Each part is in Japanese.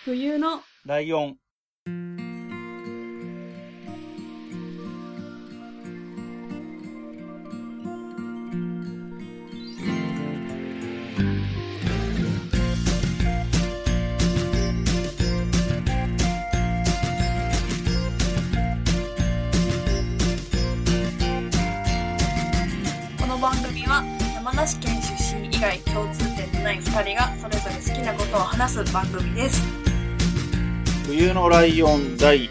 冬のライオン。 この番組は山梨県出身以外共通点のない2人がそれぞれ好きなことを話す番組です。 冬のライオン第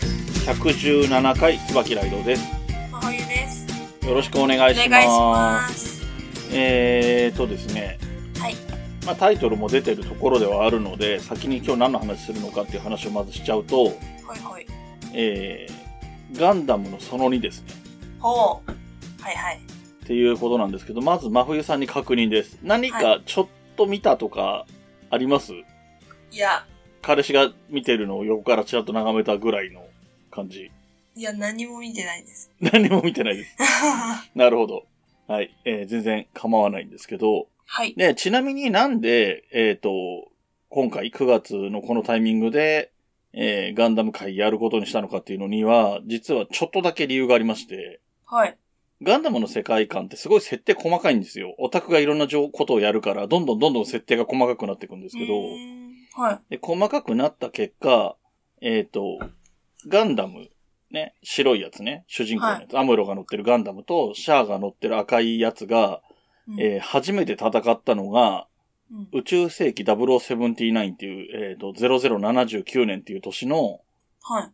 117回椿ライドです。 真冬です。 よろしくお願いします。 お願いします。 ですね。 はい。 タイトルも出てるところではあるので、先に今日何の話するのかっていう話をまずしちゃうと、 はいはい。 ガンダムのその2ですね。 ほう。はいはい。 っていうことなんですけど、まず真冬さんに確認です。何かちょっと見たとかあります？ いや。 彼氏が見てるのを横からちらっと眺めたぐらいの感じ。 いや、何も見てないです。 何も見てないです。なるほど。はい。全然構わないんですけど。 はい。 で、ちなみになんで、今回9月のこのタイミングで、ガンダム会やることにしたのかっていうのには、実はちょっとだけ理由がありまして。 はい。 ガンダムの世界観ってすごい設定細かいんですよ。オタクがいろんなことをやるから、どんどん設定が細かくなっていくんですけど。 はい。 で、細かくなった結果、ガンダム、ね、白いやつね、主人公のやつ、はい、アムロが乗ってるガンダムと、シャアが乗ってる赤いやつが、初めて戦ったのが、宇宙世紀0079っていう、0079年っていう年の、 はい。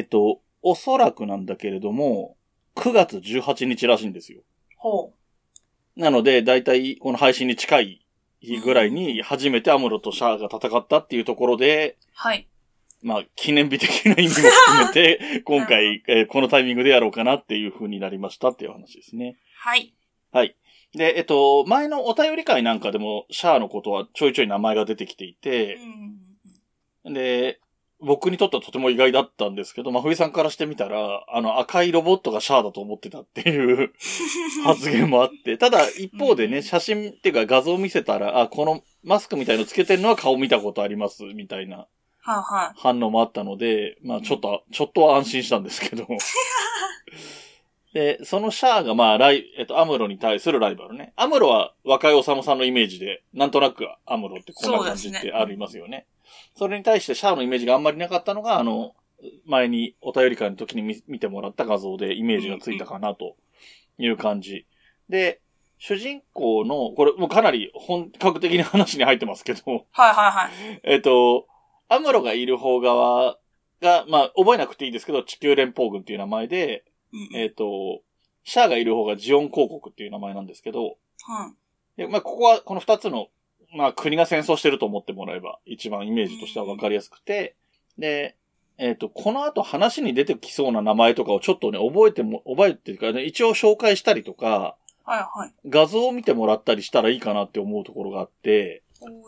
おそらくなんだけれども、9月18日らしいんですよ。 ほう。なので、だいたいこの配信に近い日ぐらいに初めてアムロとシャアが戦ったっていうところで、 はい。 記念日的な意味も含めて、今回、このタイミングでやろうかなっていう風になりましたっていう話ですね。 はい。 はい。で、前のお便り会なんかでも、シャアのことはちょいちょい名前が出てきていて、で、僕にとってはとても意外だったんですけど、真冬さんからしてみたら、赤いロボットがシャアだと思ってたっていう発言もあって、ただ一方でね、写真っていうか画像を見せたら、このマスクみたいのつけてるのは顔見たことあります、みたいな反応もあったので、ちょっとは安心したんですけど。で、そのシャアがアムロに対するライバルね。アムロは若いおさむさんのイメージで、なんとなくアムロってこんな感じってありますよね。それに対してシャアのイメージがあんまりなかったのが、前にお便り会の時に見てもらった画像でイメージがついたかなという感じ。で、主人公の、これもうかなり本格的な話に入ってますけど。 はいはいはい。 アムロがいる方側が、覚えなくていいですけど、地球連邦軍っていう名前で、シャアがいる方がジオン公国っていう名前なんですけど、でここはこの二つの、国が戦争してると思ってもらえば一番イメージとしてはわかりやすくて、で、この後話に出てきそうな名前とかをちょっとね、覚えてるからね、一応紹介したりとか、 はいはい。 画像を見てもらったりしたらいいかなって思うところがあって、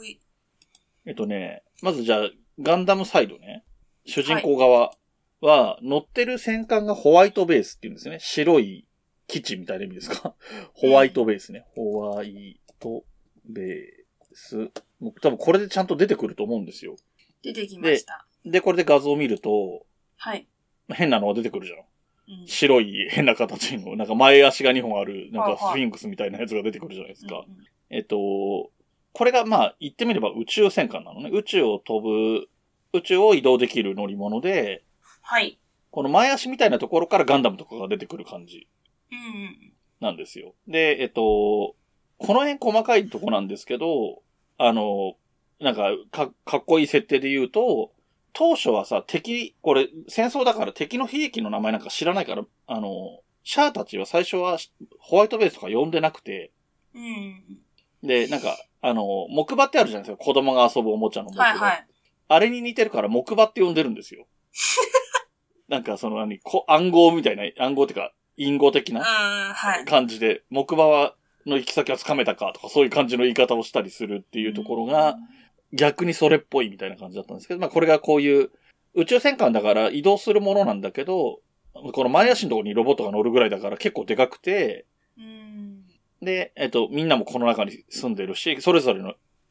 まずじゃあ、ガンダムサイドね、主人公側は、乗ってる戦艦がホワイトベースっていうんですね。白い基地みたいな意味ですか？ホワイトベースね。ホワイトベース。多分これでちゃんと出てくると思うんですよ。 出てきました。 で、これで画像を見ると、 はい。 変なのが出てくるじゃん。白い変な形の、なんか前足が2本ある、なんかスフィンクスみたいなやつが出てくるじゃないですか。これが言ってみれば宇宙戦艦なのね。宇宙を移動できる乗り物で、 はい。 この前足みたいなところからガンダムとかが出てくる感じ。なんですよ。で、この辺細かいとこなんですけど、なんかっこいい設定で言うと、当初はさ、これ戦争だから敵の兵器の名前なんか知らないから、シャアたちは最初はホワイトベースとか呼んでなくて、で、なんか、木馬ってあるじゃないですか。子供が遊ぶおもちゃの木馬。はいはい。あれに似てるから木馬って呼んでるんですよ。なんか暗号みたいな、暗号っていうか、隠語的な感じで、木馬の行き先はつかめたかとか、そういう感じの言い方をしたりするっていうところが、逆にそれっぽいみたいな感じだったんですけど、これがこういう宇宙戦艦だから移動するものなんだけど、この前足のところにロボットが乗るぐらいだから結構でかくて、で、みんなもこの中に住んでるし、それぞれの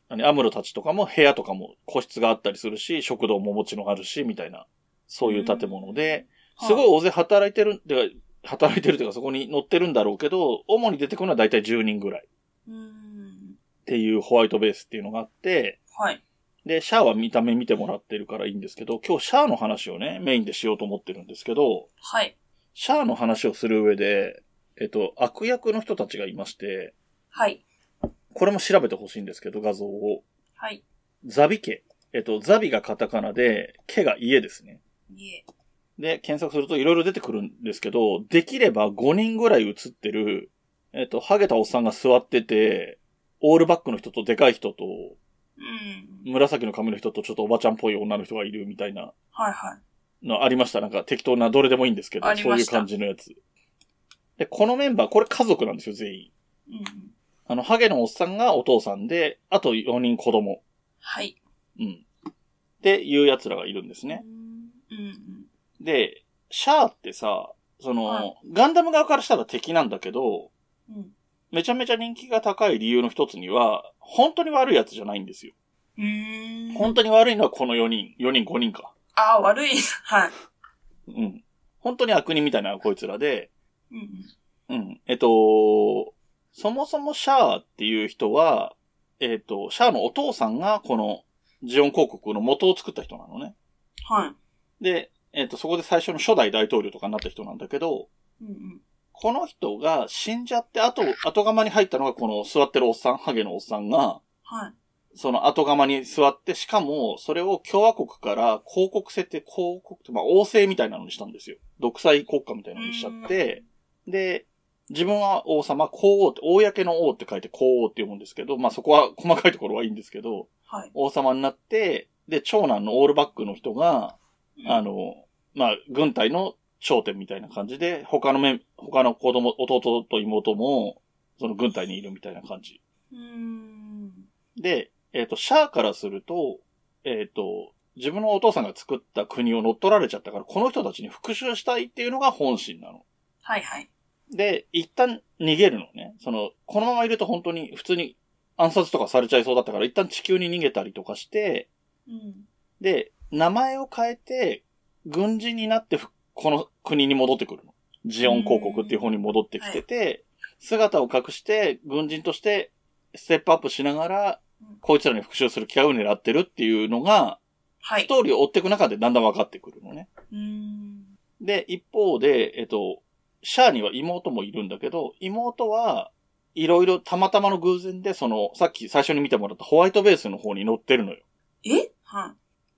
アムロたちとかも部屋とかも個室があったりするし、食堂ももちろんあるし、みたいな、そういう建物で、すごい大勢働いてるっていうかそこに乗ってるんだろうけど、主に出てくるのはだいたい10人ぐらい。っていうホワイトベースっていうのがあって、 はい。 で、シャアは見た目見てもらってるからいいんですけど、今日シャアの話をね、メインでしようと思ってるんですけど、 はい。 シャアの話をする上で、悪役の人たちがいまして、 はい。 これも調べてほしいんですけど、画像を。 はい。 ザビ家。ザビがカタカナで、家が家ですね。 家。 で、検索するといろいろ出てくるんですけど、できれば5人ぐらい写ってる、ハゲたおっさんが座ってて、オールバックの人とでかい人と、紫の髪の人とちょっとおばちゃんっぽい女の人がいるみたいな。 はいはい。 のありました。なんか適当などれでもいいんですけど、そういう感じのやつ。で、このメンバー、これ家族なんですよ、全員。ハゲのおっさんがお父さんで、あと4人子供。 はい。 っていう奴らがいるんですね。で、シャアってさ、ガンダム側からしたら敵なんだけど、めちゃめちゃ人気が高い理由の一つには、本当に悪いやつじゃないんですよ。本当に悪いのはこの4人、5人か。 ああ、悪い。はい。 本当に悪人みたいなこいつらで、そもそもシャアっていう人は、シャアのお父さんがこのジオン公国の元を作った人なのね。 はい。 で、そこで最初の初代大統領とかになった人なんだけど、この人が死んじゃって後釜に入ったのがこの座ってるおっさん、ハゲのおっさんが、 はい。 その後釜に座って、しかもそれを共和国から公国制って、王政みたいなのにしたんですよ。独裁国家みたいなのにしちゃって、で、自分は王様、公王って、公の王って書いて公王って読むんですけど、まあそこは細かいところはいいんですけど、 はい、 王様になって、で、長男のオールバックの人が、まあ軍隊の頂点みたいな感じで、他の子供、弟と妹も、その軍隊にいるみたいな感じ。で、シャアからすると、自分のお父さんが作った国を乗っ取られちゃったから、この人たちに復讐したいっていうのが本心なの。 はいはい。 で、一旦逃げるのね。このままいると本当に普通に暗殺とかされちゃいそうだったから、一旦地球に逃げたりとかして、で、名前を変えて、軍人になってこの国に戻ってくるの。ジオン公国っていう方に戻ってきてて、姿を隠して軍人としてステップアップしながら、こいつらに復讐する機会を狙ってるっていうのが、ストーリーを追っていく中でだんだん分かってくるのね。で、一方で、シャアには妹もいるんだけど、妹はいろいろたまたまの偶然で、さっき最初に見てもらったホワイトベースの方に乗ってるのよ。 はい。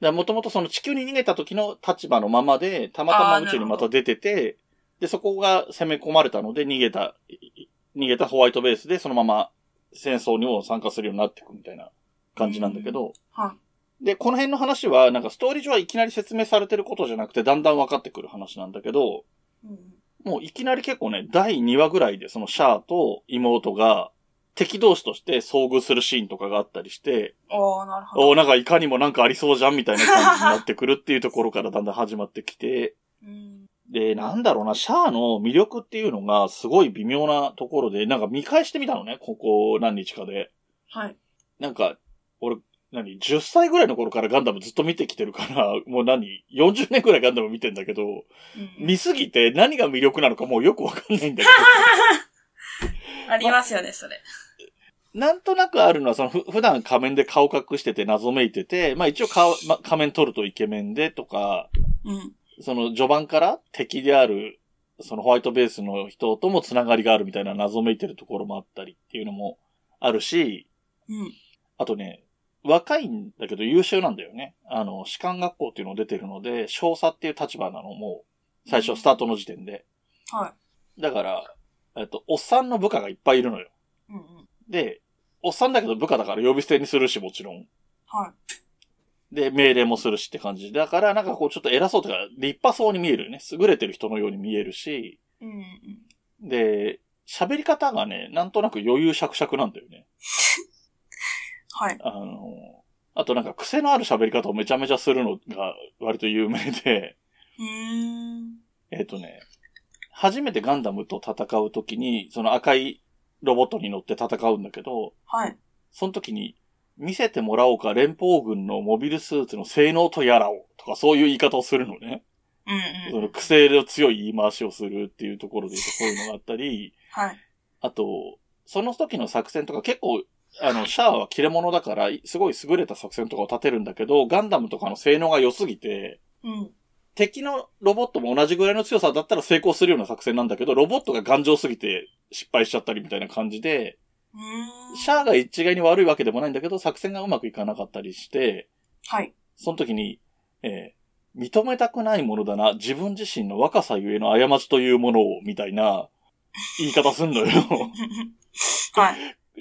もともとその地球に逃げた時の立場のままで、たまたま宇宙にまた出てて、で、そこが攻め込まれたので逃げたホワイトベースでそのまま戦争にも参加するようになっていくみたいな感じなんだけど、で、この辺の話は、なんかストーリー上はいきなり説明されてることじゃなくて、だんだん分かってくる話なんだけど、もういきなり結構ね、第2話ぐらいでそのシャアと妹が敵同士として遭遇するシーンとかがあったりして、 なるほど。 なんかいかにもなんかありそうじゃんみたいな感じになってくるっていうところからだんだん始まってきて、で、なんだろうな、シャアの魅力っていうのがすごい微妙なところで、なんか見返してみたのね、ここ何日かで。 はい。 なんか、俺、10歳ぐらいの頃からガンダムずっと見てきてるから、もう40年ぐらいガンダム見てんだけど、見すぎて何が魅力なのかもうよくわかんないんだけど。 ありますよね、それ。 なんとなくあるのは、普段仮面で顔隠してて謎めいてて、まあ一応仮面取るとイケメンでとか、序盤から敵である、ホワイトベースの人ともつながりがあるみたいな謎めいてるところもあったりっていうのもあるし、あとね、若いんだけど優秀なんだよね。士官学校っていうの出てるので、少佐っていう立場なのも、最初スタートの時点で。 はい。 だから、おっさんの部下がいっぱいいるのよ。で、おっさんだけど部下だから呼び捨てにするし、もちろん。 はい。 で、命令もするしって感じ。だから、なんかこう、ちょっと偉そうとか、立派そうに見えるよね。優れてる人のように見えるし。で、喋り方がね、なんとなく余裕しゃくしゃくなんだよね。 はい。 あとなんか癖のある喋り方をめちゃめちゃするのが割と有名で。初めてガンダムと戦うときに、その赤いロボットに乗って戦うんだけど、 はい。 その時に、 見せてもらおうか連邦軍のモビルスーツの性能とやらをとかそういう言い方をするのね。その癖の強い言い回しをするっていうところで言うとそういうのがあったり、 はい。 あと、その時の作戦とか結構、シャアは切れ者だから、すごい優れた作戦とかを立てるんだけど、ガンダムとかの性能が良すぎて、敵のロボットも同じぐらいの強さだったら成功するような作戦なんだけど、ロボットが頑丈すぎて失敗しちゃったりみたいな感じで、シャアが一概に悪いわけでもないんだけど、作戦がうまくいかなかったりして、 はい。 その時に、認めたくないものだな、自分自身の若さゆえの過ちというものを、みたいな言い方すんのよ。 はい。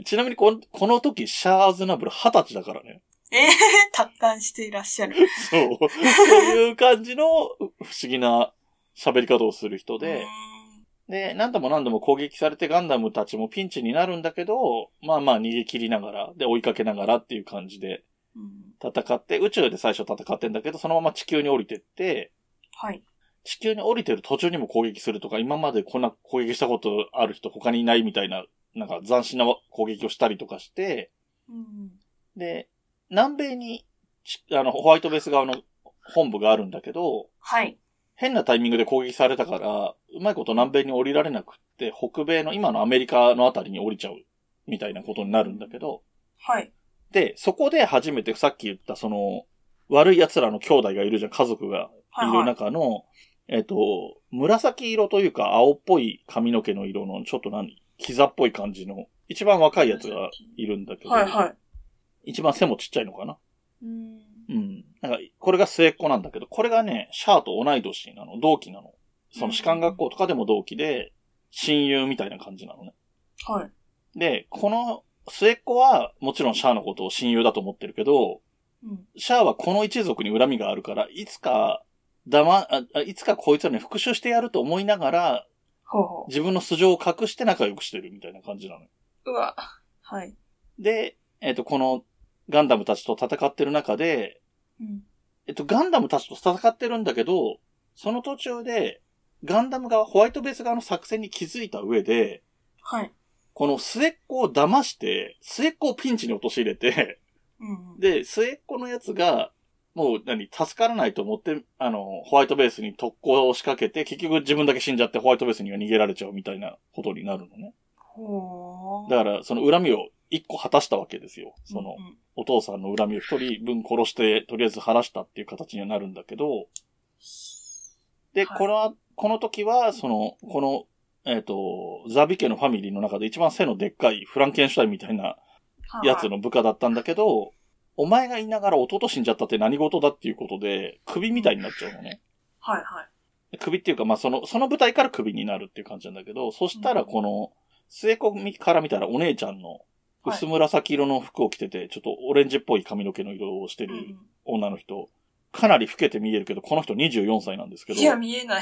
ちなみにこの時、シャア・アズナブル20歳だからね。 達観していらっしゃる。 そういう感じの不思議な喋り方をする人で、で、何度も何度も攻撃されてガンダムたちもピンチになるんだけど、まあまあ逃げ切りながら、で追いかけながらっていう感じで戦って、宇宙で最初戦ってんだけど、そのまま地球に降りてって、 はい。 地球に降りてる途中にも攻撃するとか、今までこんな攻撃したことある人他にいないみたいな、なんか斬新な攻撃をしたりとかして、で、南米に、ホワイトベース側の本部があるんだけど、 はい。 変なタイミングで攻撃されたから、うまいこと南米に降りられなくって、北米の今のアメリカのあたりに降りちゃう、みたいなことになるんだけど、 はい。 で、そこで初めてさっき言ったその、悪い奴らの兄弟がいるじゃん、家族がいる中の、紫色というか青っぽい髪の毛の色のちょっとキザっぽい感じの、一番若いやつがいるんだけど、 はいはい。 一番背もちっちゃいのかな。なんか、これが末っ子なんだけど、これがね、シャアと同い年なの、同期なの。その士官学校とかでも同期で、親友みたいな感じなのね。 はい。 で、この末っ子は、もちろんシャアのことを親友だと思ってるけど、シャアはこの一族に恨みがあるから、いつかこいつらに復讐してやると思いながら、自分の素性を隠して仲良くしてるみたいな感じなのよ。 うわ。はい。 で、このガンダムたちと戦ってる中で、ガンダムたちと戦ってるんだけど、その途中で、ガンダム側、ホワイトベース側の作戦に気づいた上で、 はい。 この末っ子を騙して、末っ子をピンチに陥れて、で、末っ子のやつが、もう助からないと思って、ホワイトベースに特攻を仕掛けて、結局自分だけ死んじゃってホワイトベースには逃げられちゃうみたいなことになるのね。だから、その恨みを一個果たしたわけですよ。その、お父さんの恨みを一人分殺して、とりあえず晴らしたっていう形にはなるんだけど、で、この時は、ザビ家のファミリーの中で一番背のでっかいフランケンシュタインみたいなやつの部下だったんだけど、お前が言いながら弟死んじゃったって何事だっていうことで、首みたいになっちゃうのね。 はいはい。 首っていうか、まあ、その舞台から首になるっていう感じなんだけど、そしたらこの、末っ子から見たらお姉ちゃんの薄紫色の服を着てて、ちょっとオレンジっぽい髪の毛の色をしてる女の人、かなり老けて見えるけど、この人24歳なんですけど。 いや、見えない。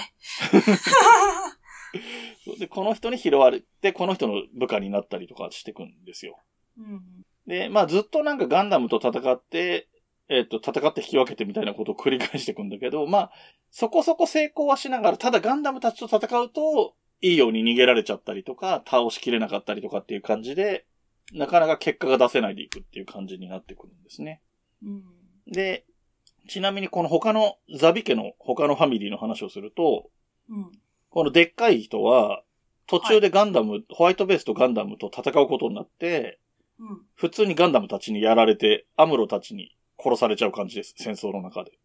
で、この人に拾われて、この人の部下になったりとかしていくんですよ。で、まあずっとなんかガンダムと戦って、戦って引き分けてみたいなことを繰り返していくんだけど、まあ、そこそこ成功はしながら、ただガンダムたちと戦うと、いいように逃げられちゃったりとか、倒しきれなかったりとかっていう感じで、なかなか結果が出せないでいくっていう感じになってくるんですね。で、ちなみにこのザビ家の他のファミリーの話をすると、このでっかい人は、途中でホワイトベースとガンダムと戦うことになって、普通にガンダムたちにやられて、アムロたちに殺されちゃう感じです、戦争の中で。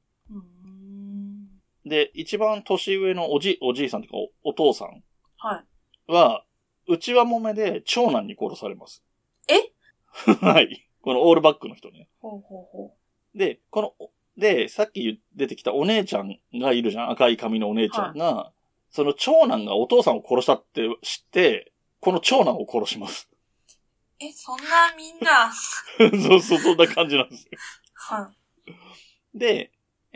で、一番年上のおじいさんというかお父さんは、内輪もめで長男に殺されます。はい。このオールバックの人ね。で、さっき出てきたお姉ちゃんがいるじゃん。赤い髪のお姉ちゃんが、その長男がお父さんを殺したって知って、この長男を殺します。 そんなみんな。 そんな感じなんですよ。で、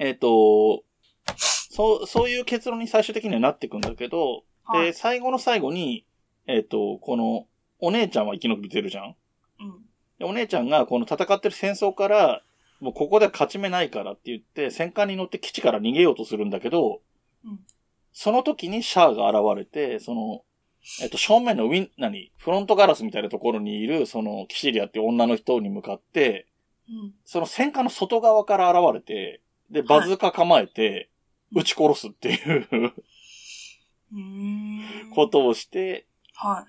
そういう結論に最終的にはなっていくんだけど、で、最後の最後に、この、お姉ちゃんは生き延びてるじゃん。でお姉ちゃんがこの戦ってる戦争から、もうここでは勝ち目ないからって言って、戦艦に乗って基地から逃げようとするんだけど、その時にシャアが現れて、正面のフロントガラスみたいなところにいる、キシリアっていう女の人に向かって、 その戦火の外側から現れて、で、バズーカ構えて、撃ち殺すっていうことをして、 はい。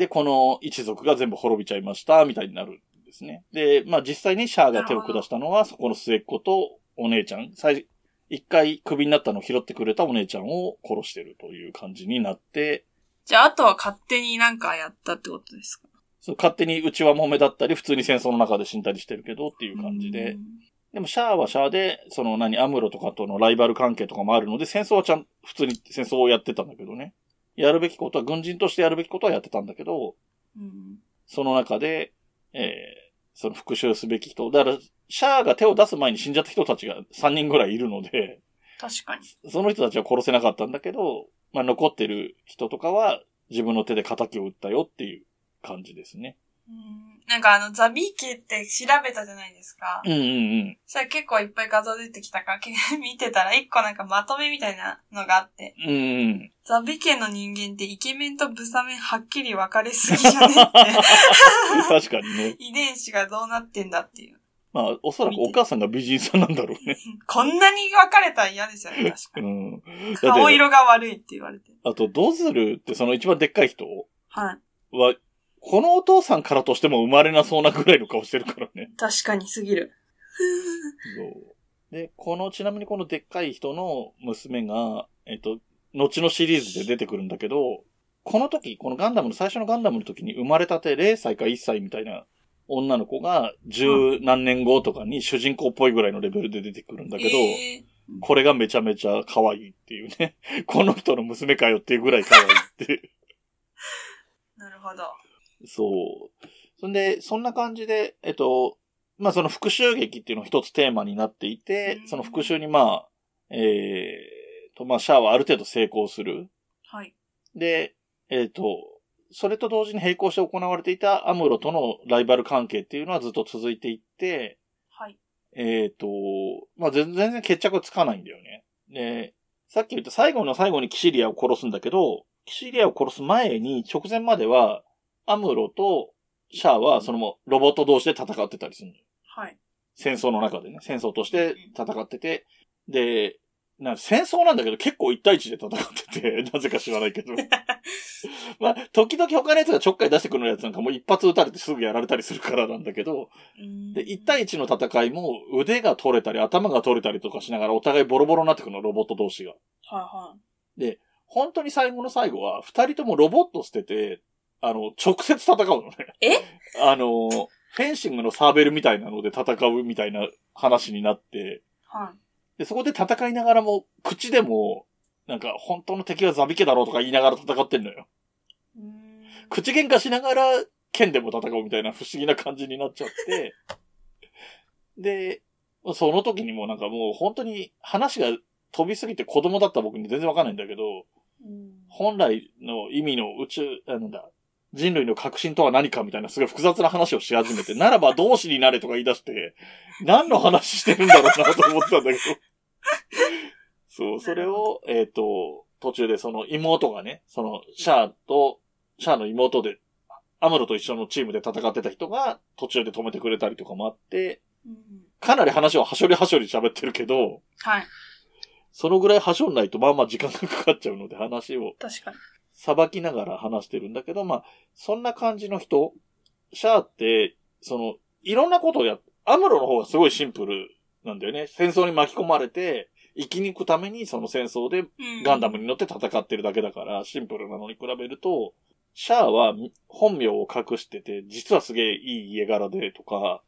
で、この一族が全部滅びちゃいました、みたいになるんですね。で、まあ実際にシャアが手を下したのは、そこの末っ子とお姉ちゃん、一回クビになったのを拾ってくれたお姉ちゃんを殺してるという感じになって。 じゃあ、あとは勝手になんかやったってことですか？ そう、勝手に内輪もめだったり、普通に戦争の中で死んだりしてるけどっていう感じで。でもシャアはシャアで、アムロとかとのライバル関係とかもあるので、戦争は普通に戦争をやってたんだけどね。やるべきことは、軍人としてやるべきことはやってたんだけど、その中で、その復讐すべき人。だから、シャアが手を出す前に死んじゃった人たちが3人ぐらいいるので、 確かに。 その人たちは殺せなかったんだけど、まあ残ってる人とかは自分の手で仇を撃ったよっていう感じですね。 なんかザビー家って調べたじゃないですか。それ結構いっぱい画像出てきたから、見てたら一個なんかまとめみたいなのがあって。ザビ家の人間ってイケメンとブサメンはっきり分かれすぎじゃねって。 確かにね。 遺伝子がどうなってんだっていう。 まあ、おそらくお母さんが美人さんなんだろうね。 こんなに分かれたら嫌ですよね、確かに。顔色が悪いって言われて。 あと、ドズルってその一番でっかい人はこのお父さんからとしても生まれなそうなぐらいの顔してるからね。 確かにすぎる。 そうで、ちなみにこのでっかい人の娘が、後のシリーズで出てくるんだけど、この最初のガンダムの時に生まれたて0歳か1歳みたいな女の子が十何年後とかに主人公っぽいぐらいのレベルで出てくるんだけど、これがめちゃめちゃ可愛いっていうね。この人の娘かよっていうぐらい可愛いっていう。 なるほど。 そう。そんで、そんな感じで、まあ、その復讐劇っていうのが一つテーマになっていて、その復讐にまあ、まあ、シャアはある程度成功する。 はい。で、 それと同時に並行して行われていたアムロとのライバル関係っていうのはずっと続いていって、 はい。 まあ、全然決着つかないんだよね。で、さっき言った最後の最後にキシリアを殺すんだけど、キシリアを殺す前に直前までは、アムロとシャアはロボット同士で戦ってたりするのよ。 はい。 戦争の中でね、戦争として戦ってて、で、戦争なんだけど結構1対1で戦ってて、なぜか知らないけど。まあ、時々他のやつがちょっかい出してくるやつなんかもう一発撃たれてすぐやられたりするからなんだけど、で、1対1の戦いも腕が取れたり頭が取れたりとかしながらお互いボロボロになってくるの、ロボット同士が。で、本当に最後の最後は2人ともロボット捨てて、直接戦うのね。フェンシングのサーベルみたいなので戦うみたいな話になって、で、そこで戦いながらも、口でも、なんか、本当の敵はザビ家だろうとか言いながら戦ってんのよ。口喧嘩しながら、剣でも戦うみたいな不思議な感じになっちゃって、で、その時にもなんかもう本当に話が飛びすぎて子供だった僕に全然わかんないんだけど、本来の意味の人類の革新とは何かみたいなすごい複雑な話をし始めて、ならば同志になれとか言い出して、何の話してるんだろうなと思ってたんだけど。そう、それを、途中でその妹がね、シャアの妹で、アムロと一緒のチームで戦ってた人が途中で止めてくれたりとかもあって、かなり話をはしょり喋ってるけど、 はい。 そのぐらいはしょんないとまあまあ時間がかかっちゃうので話を。 確かに。 さばきながら話してるんだけど、まあ、そんな感じの人、シャアって、いろんなことをアムロの方がすごいシンプルなんだよね。戦争に巻き込まれて、生き抜くためにその戦争でガンダムに乗って戦ってるだけだから、シンプルなのに比べると、シャアは本名を隠してて、実はすげえいい家柄でとか、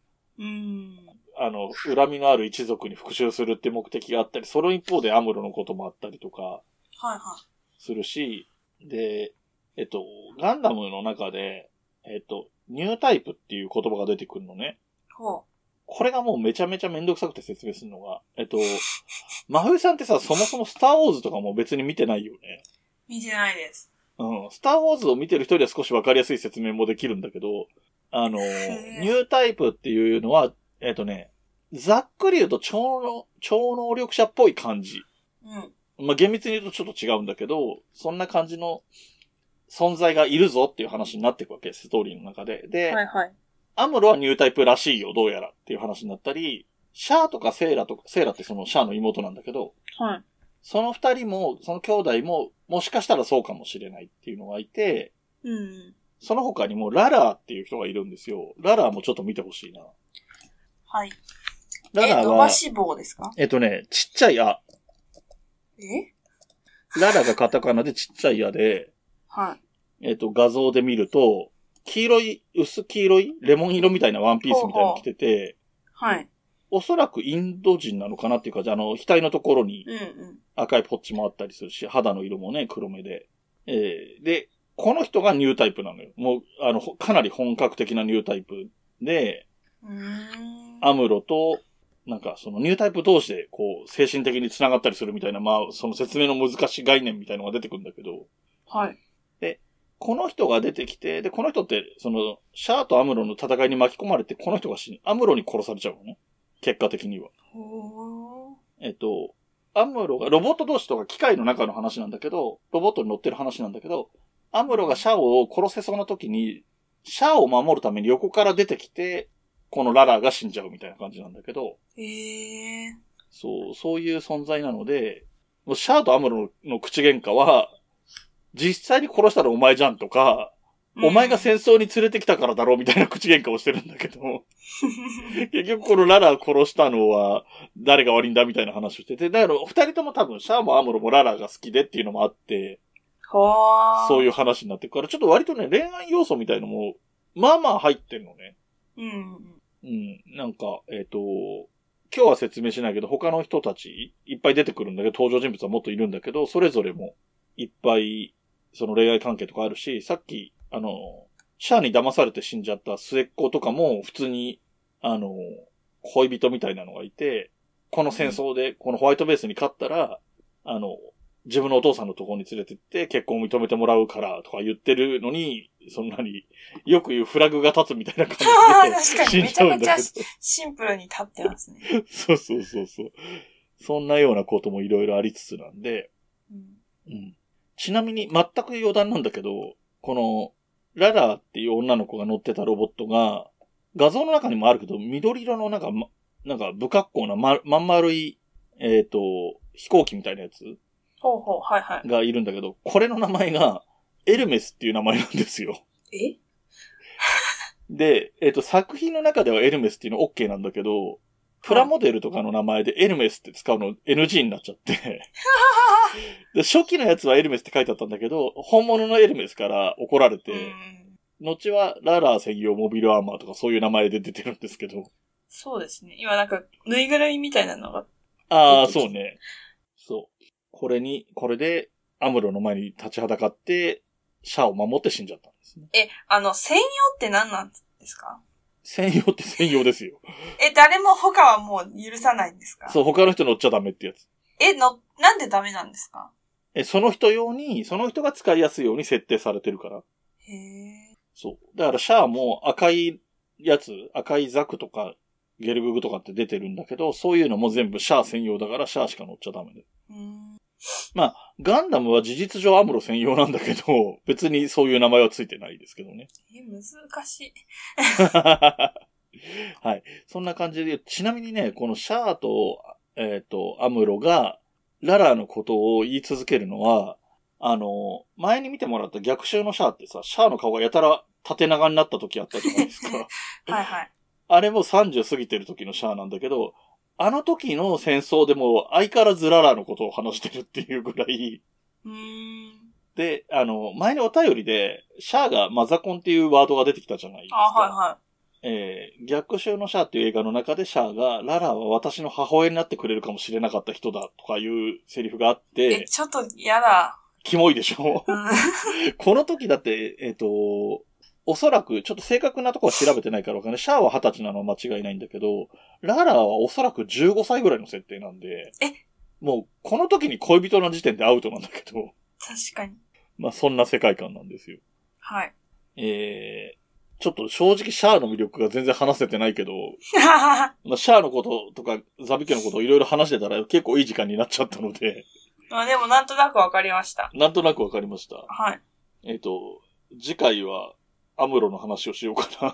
恨みのある一族に復讐するって目的があったり、その一方でアムロのこともあったりとか、するし、で、ガンダムの中で、ニュータイプっていう言葉が出てくるのね。これがもうめちゃめちゃめんどくさくて説明するのが。真冬さんってさ、そもそもスターウォーズとかも別に見てないよね。 見てないです。 スターウォーズを見てる人には少しわかりやすい説明もできるんだけど、ニュータイプっていうのは、ざっくり言うと超能力者っぽい感じ。まあ、厳密に言うとちょっと違うんだけど、そんな感じの存在がいるぞっていう話になっていくわけ、ストーリーの中で。で、 アムロはニュータイプらしいよ、どうやらっていう話になったり、シャアとかセイラってそのシャアの妹なんだけど、 はい。 その二人も、その兄弟も、もしかしたらそうかもしれないっていうのがいて、 うん。 その他にもララーっていう人がいるんですよ。ララーもちょっと見てほしいな。 はい。 ララーは、 伸ばし棒ですか？ ちっちゃいあ。ララがカタカナでちっちゃいあで、 はい。 画像で見ると、薄黄色いレモン色みたいなワンピースみたいなの着てて、 はい。 おそらくインド人なのかなっていうか、額のところに赤いポッチもあったりするし、肌の色もね、黒目で。で、この人がニュータイプなのよ。もう、かなり本格的なニュータイプで、アムロと、なんかそのニュータイプ同士でこう精神的に繋がったりするみたいな、まあその説明の難しい概念みたいなのが出てくるんだけど。 はい。 で、この人が出てきて、で、この人ってそのシャアとアムロの戦いに巻き込まれて、この人がアムロに殺されちゃうのね。結果的には。アムロが、ロボット同士とか機械の中の話なんだけど、ロボットに乗ってる話なんだけど、アムロがシャアを殺せそうな時に、シャアを守るために横から出てきて、このララが死んじゃうみたいな感じなんだけど。そういう存在なので、もうシャアとアムロの口喧嘩は、実際に殺したらお前じゃんとか、お前が戦争に連れてきたからだろうみたいな口喧嘩をしてるんだけど、結局このララを殺したのは誰が悪いんだみたいな話をしてて、だから二人とも多分シャアもアムロもララが好きでっていうのもあって、そういう話になってくから、ちょっと割とね、恋愛要素みたいのも、まあまあ入ってるのね。なんか、今日は説明しないけど、他の人たちいっぱい出てくるんだけど、登場人物はもっといるんだけど、それぞれもいっぱい、その恋愛関係とかあるし、さっき、シャアに騙されて死んじゃった末っ子とかも、普通に、恋人みたいなのがいて、この戦争で、このホワイトベースに勝ったら、自分のお父さんのところに連れてって結婚を認めてもらうからとか言ってるのに、そんなによく言うフラグが立つみたいな感じで死んじゃうんだけど。 確かにめちゃくちゃシンプルに立ってますね。 そう。そんなようなこともいろいろありつつなんで、ちなみに全く余談なんだけど、このララっていう女の子が乗ってたロボットが、画像の中にもあるけど、緑色のなんか不格好なまん丸い、飛行機みたいなやつはい。 がいるんだけど、これの名前がエルメスっていう名前なんですよ。で、作品の中ではエルメスっていうの OK なんだけど、プラモデルとかの名前でエルメスって使うの NG になっちゃってで、初期のやつはエルメスって書いてあったんだけど、本物のエルメスから怒られて、後はララー専用モビルアーマーとかそういう名前で出てるんですけど。 そうですね。今なんか、ぬいぐるみみたいなのが。 そうね。そう。これで、アムロの前に立ちはだかって、シャアを守って死んじゃったんですね。 専用って何なんですか？ 専用って専用ですよ。 誰も他はもう許さないんですか？ そう、他の人乗っちゃダメってやつ。 なんでダメなんですか？ その人が使いやすいように設定されてるから。そう。だからシャアも赤いザクとか、ゲルググとかって出てるんだけど、そういうのも全部シャア専用だからシャアしか乗っちゃダメで。まあ、ガンダムは事実上アムロ専用なんだけど、別にそういう名前はついてないですけどね。 難しい。 はい。そんな感じで、ちなみにね、このシャアと、アムロが、ララのことを言い続けるのは、前に見てもらった逆襲のシャアってさ、シャアの顔がやたら縦長になった時あったじゃないですか。 はい。 あれも30過ぎてる時のシャアなんだけど、あの時の戦争でも相変わらずララのことを話してるっていうぐらい。で、前にお便りで、シャアがマザコンっていうワードが出てきたじゃないですか。逆襲のシャアっていう映画の中でシャアが、ララは私の母親になってくれるかもしれなかった人だとかいうセリフがあって。 ちょっと嫌だ。 キモいでしょこの時だって、おそらく、ちょっと正確なところは調べてないからわかんない。シャアは20歳なのは間違いないんだけど、ララはおそらく15歳ぐらいの設定なんで、もう、この時に恋人の時点でアウトなんだけど。 確かに。 まあ、そんな世界観なんですよ。 はい。 ちょっと正直シャアの魅力が全然話せてないけど、まあ、シャアのこととかザビ家のことをいろいろ話してたら結構いい時間になっちゃったので。 でもなんとなくわかりました。 なんとなくわかりました。 はい。 次回はアムロの話をしようかな。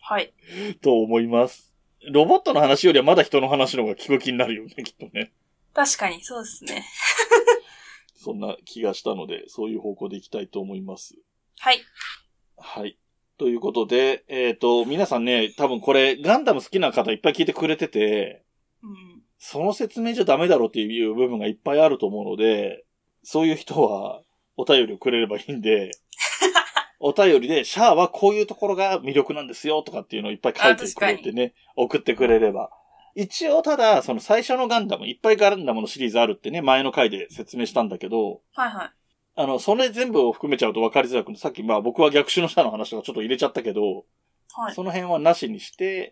はい。 と思います。ロボットの話よりはまだ人の話の方が聞く気になるよね、きっとね。 確かに、そうですね。 そんな気がしたので、そういう方向でいきたいと思います。 はい。 はい。ということで、皆さんね、多分これ、ガンダム好きな方いっぱい聞いてくれてて、その説明じゃダメだろうっていう部分がいっぱいあると思うので、そういう人はお便りをくれればいいんで、お便りで、シャアはこういうところが魅力なんですよとかっていうのをいっぱい書いてくれてね、送ってくれれば。一応ただ、その最初のガンダム、いっぱいガンダムのシリーズあるってね、前の回で説明したんだけど、 はいはい。 それ全部を含めちゃうと分かりづらくて、さっき僕は逆襲のシャアの話とかちょっと入れちゃったけど、はい。その辺はなしにして、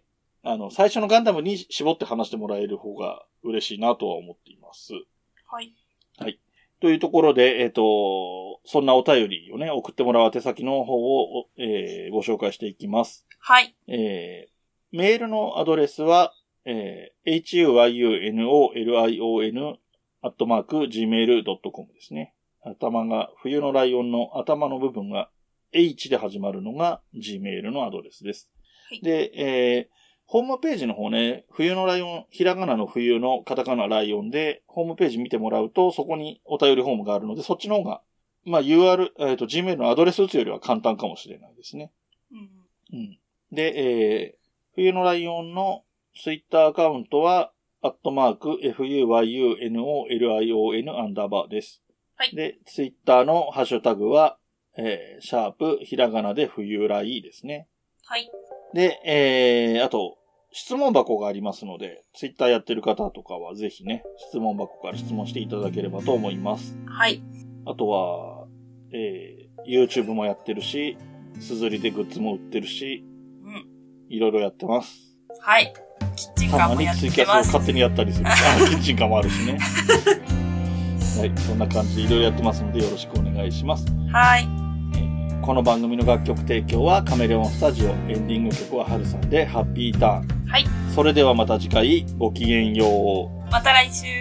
最初のガンダムに絞って話してもらえる方が嬉しいなとは思っています。 はい。 はい。というところで、そんなお便りをね、送ってもらう宛先の方を、ご紹介していきます。 はい。 メールのアドレスは、huyunolion@gmail.com ですね。頭が、冬のライオンの頭の部分が H で始まるのが Gmail のアドレスです。はい、で、ホームページの方ね、冬のライオン、ひらがなの冬のカタカナライオンで、ホームページ見てもらうと、そこにお便りフォームがあるので、そっちの方が、Gmail のアドレス打つよりは簡単かもしれないですね。うん。で、冬のライオンのツイッターアカウントは、@FUYUNOLION_ です。はい。で、ツイッターのハッシュタグは、ひらがなで冬来ですね。 はい。 で、あと、質問箱がありますので、ツイッターやってる方とかはぜひね、質問箱から質問していただければと思います。 はい。 あとは、YouTube もやってるし、すずりでグッズも売ってるし、いろいろやってます。 はい。キッチンカーもやってます。 たまにツイキャスを勝手にやったりする。キッチンカーもあるしね。はい、そんな感じでいろいろやってますのでよろしくお願いします。 はい。 この番組の楽曲提供はカメレオンスタジオ、エンディング曲はハルさんでハッピーターン。 はい。 それではまた次回ごきげんよう。 また来週。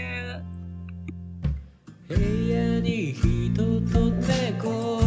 部屋に人と猫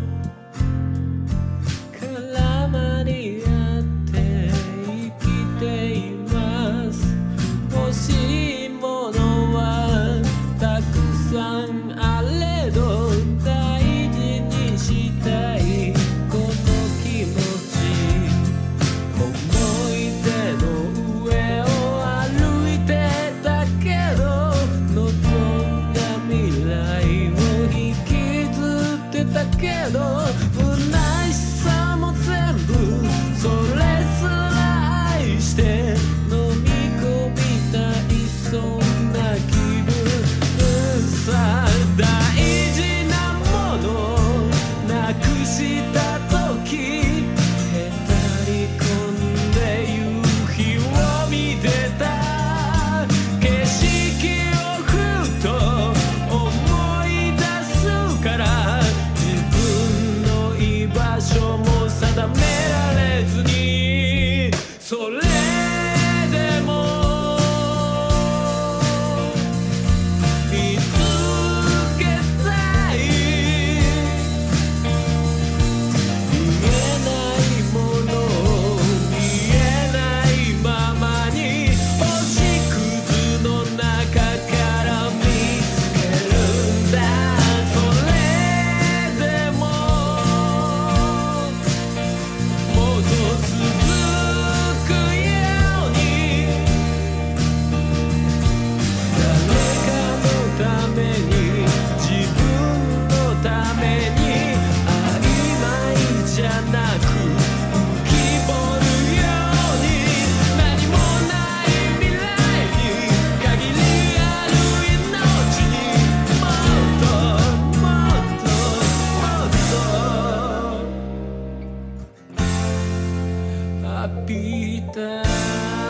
絡まり合って生きています。欲しいものはたくさんあれど大事にしたいこの気持ち、思い出の上を歩いてたけど望んだ未来を引きずってたけど虚しさも全部それすら愛して飲み込みたいそんな気分さ、大事なものなくした時へたり込んで夕日を見てた景色をふと思い出すから自分の居場所も定められずにそれでも見つけたい見えないもの見えないままに星屑の中から見つけるんだそれでももっと続くように誰かのために自分のために曖昧じゃなく浮き彫るように何もない未来に限りある命にもっともっともっとハッピーターン